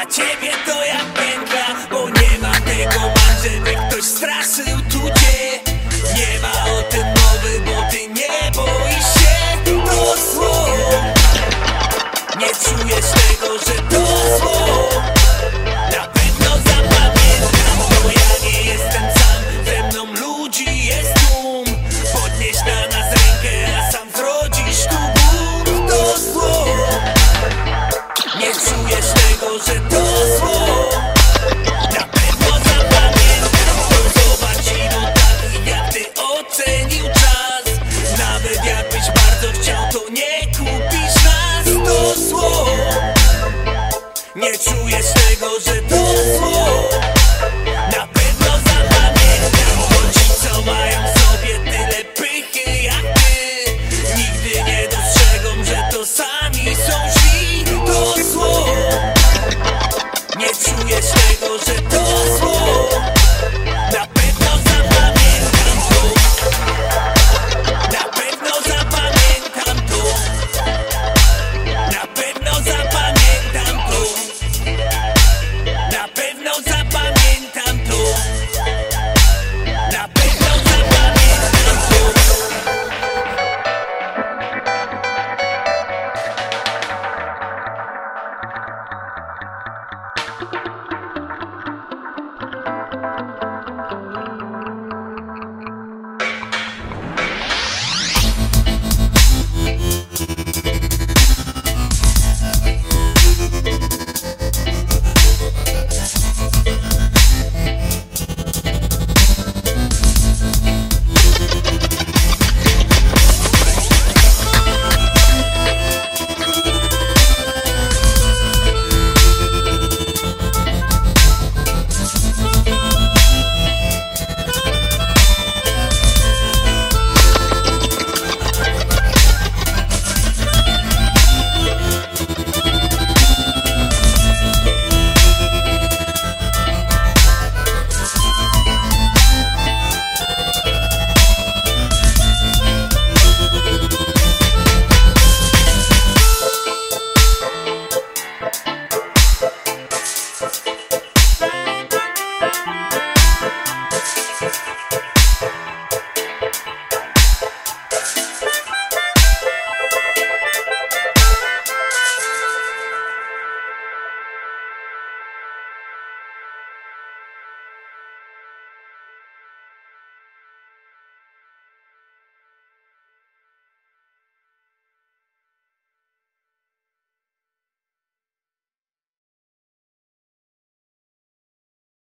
ciebie to jak pętla, bo nie ma tego, mam, żeby ktoś straszył tu cię. Nie ma o tym mowy, bo ty nie boisz się. To zło, nie czujesz tego, że to zło. Na pewno zapamiętam, bo ja nie jestem sam. Ze mną ludzi jest tłum. Podnieś na nas rękę, a sam zrodzisz tu ból. To zło, nie czujesz tego, że to zło. Na pewno zapamiętam, to zobacz ilu takich jak ty ocenił czas. Nawet jakbyś bardzo chciał, to nie kupisz nas. To zło, nie czujesz tego, że to zło.